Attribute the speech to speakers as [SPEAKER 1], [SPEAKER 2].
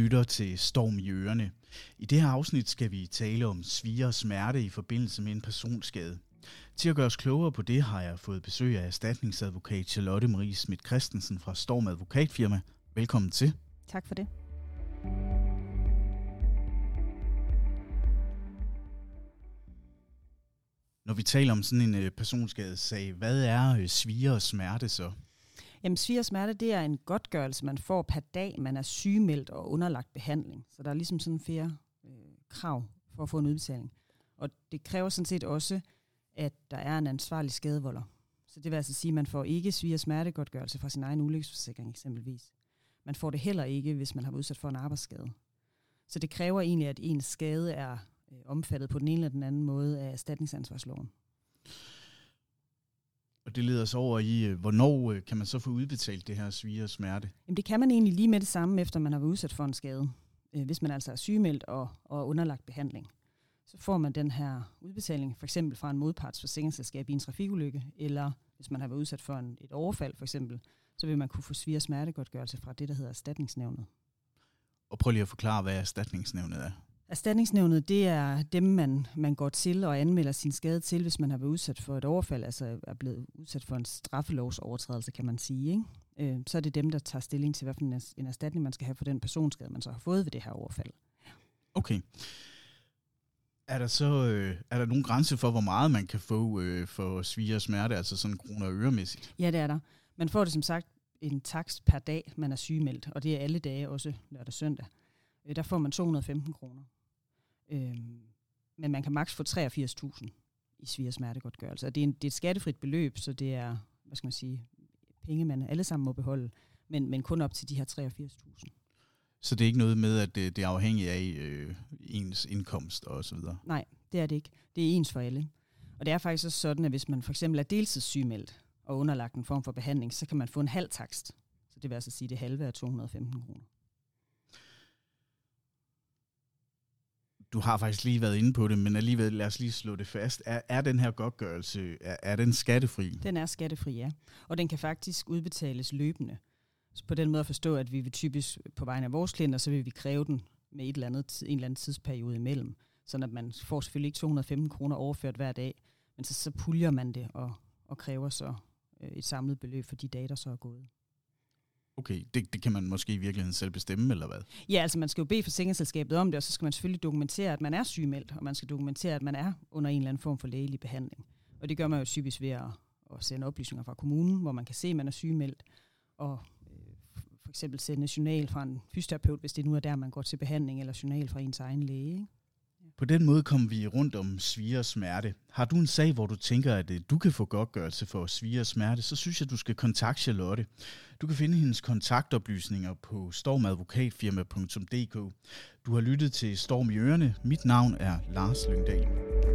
[SPEAKER 1] lytter til Storm i ørerne. I det her afsnit skal vi tale om svie og smerte i forbindelse med en personskade. Til at gøre os klogere på det har jeg fået besøg af erstatningsadvokat Charlotte Marie Schmidt Christensen fra Storm Advokatfirma. Velkommen til.
[SPEAKER 2] Tak for det.
[SPEAKER 1] Når vi taler om sådan en personskadesag, hvad er svie og smerte så?
[SPEAKER 2] Jamen, svie og smerte, det er en godtgørelse, man får per dag, man er sygemeldt og underlagt behandling. Så der er ligesom sådan flere krav for at få en udbetaling. Og det kræver sådan set også, at der er en ansvarlig skadevolder. Så det vil altså sige, at man får ikke svie og smertegodtgørelse fra sin egen ulykkesforsikring eksempelvis. Man får det heller ikke, hvis man har været udsat for en arbejdsskade. Så det kræver egentlig, at ens skade er omfattet på den ene eller den anden måde af erstatningsansvarsloven.
[SPEAKER 1] Og det leder os over i, hvornår kan man så få udbetalt det her svie og smerte?
[SPEAKER 2] Jamen, det kan man egentlig lige med det samme, efter man har været udsat for en skade. Hvis man altså er sygemeldt og underlagt behandling, så får man den her udbetaling, for eksempel fra en modpartsforsikringsselskab i en trafikulykke, eller hvis man har været udsat for et overfald for eksempel, så vil man kunne få svie og smertegodtgørelse fra det, der hedder erstatningsnævnet.
[SPEAKER 1] Og prøv lige at forklare, hvad erstatningsnævnet er.
[SPEAKER 2] Erstatningsnævnet, det er dem, man går til og anmelder sin skade til, hvis man har været udsat for et overfald, altså er blevet udsat for en straffelovsovertrædelse, kan man sige, ikke? Så er det dem, der tager stilling til, hvilken en erstatning man skal have for den personskade, man så har fået ved det her overfald.
[SPEAKER 1] Okay. Er der nogen grænse for, hvor meget man kan få for svie og smerte, altså sådan kroner og øremæssigt?
[SPEAKER 2] Ja, det er der. Man får det som sagt en takst per dag, man er sygemeldt, og det er alle dage, også lørdag og søndag. Der får man 215 kroner. Men man kan maks få 83.000 i svie og smertegodtgørelse. Og det er et skattefrit beløb, så det er, penge, man alle sammen må beholde, men kun op til de her 83.000.
[SPEAKER 1] Så det er ikke noget med, at det er afhængigt af ens indkomst og så videre?
[SPEAKER 2] Nej, det er det ikke. Det er ens for alle. Og det er faktisk også sådan, at hvis man for eksempel er deltidssygemeldt og underlagt en form for behandling, så kan man få en halv takst. Så det vil altså sige det halve af 215 kroner.
[SPEAKER 1] Du har faktisk lige været inde på det, men alligevel lad os lige slå det fast. Er den her godtgørelse, er den skattefri? Den er
[SPEAKER 2] skattefri, ja. Og den kan faktisk udbetales løbende. Så på den måde at forstå, at vi vil typisk på vegne af vores klienter, så vil vi kræve den med en eller anden tidsperiode imellem. Sådan at man får selvfølgelig ikke 215 kroner overført hver dag, men så puljer man det og kræver så et samlet beløb for de dage, der så er gået.
[SPEAKER 1] Okay, det kan man måske i virkeligheden selv bestemme, eller hvad?
[SPEAKER 2] Ja, altså man skal jo bede forsikringsselskabet om det, og så skal man selvfølgelig dokumentere, at man er sygemeldt, og man skal dokumentere, at man er under en eller anden form for lægelig behandling. Og det gør man jo typisk ved at sende oplysninger fra kommunen, hvor man kan se, at man er sygemeldt, og for eksempel sende journal fra en fysioterapeut, hvis det nu er der, man går til behandling, eller journal fra ens egen læge.
[SPEAKER 1] På den måde kommer vi rundt om svie og smerte. Har du en sag, hvor du tænker, at du kan få godtgørelse for svie og smerte, så synes jeg, du skal kontakte Charlotte. Du kan finde hendes kontaktoplysninger på stormadvokatfirma.dk. Du har lyttet til Storm i ørerne. Mit navn er Lars Lyngdal.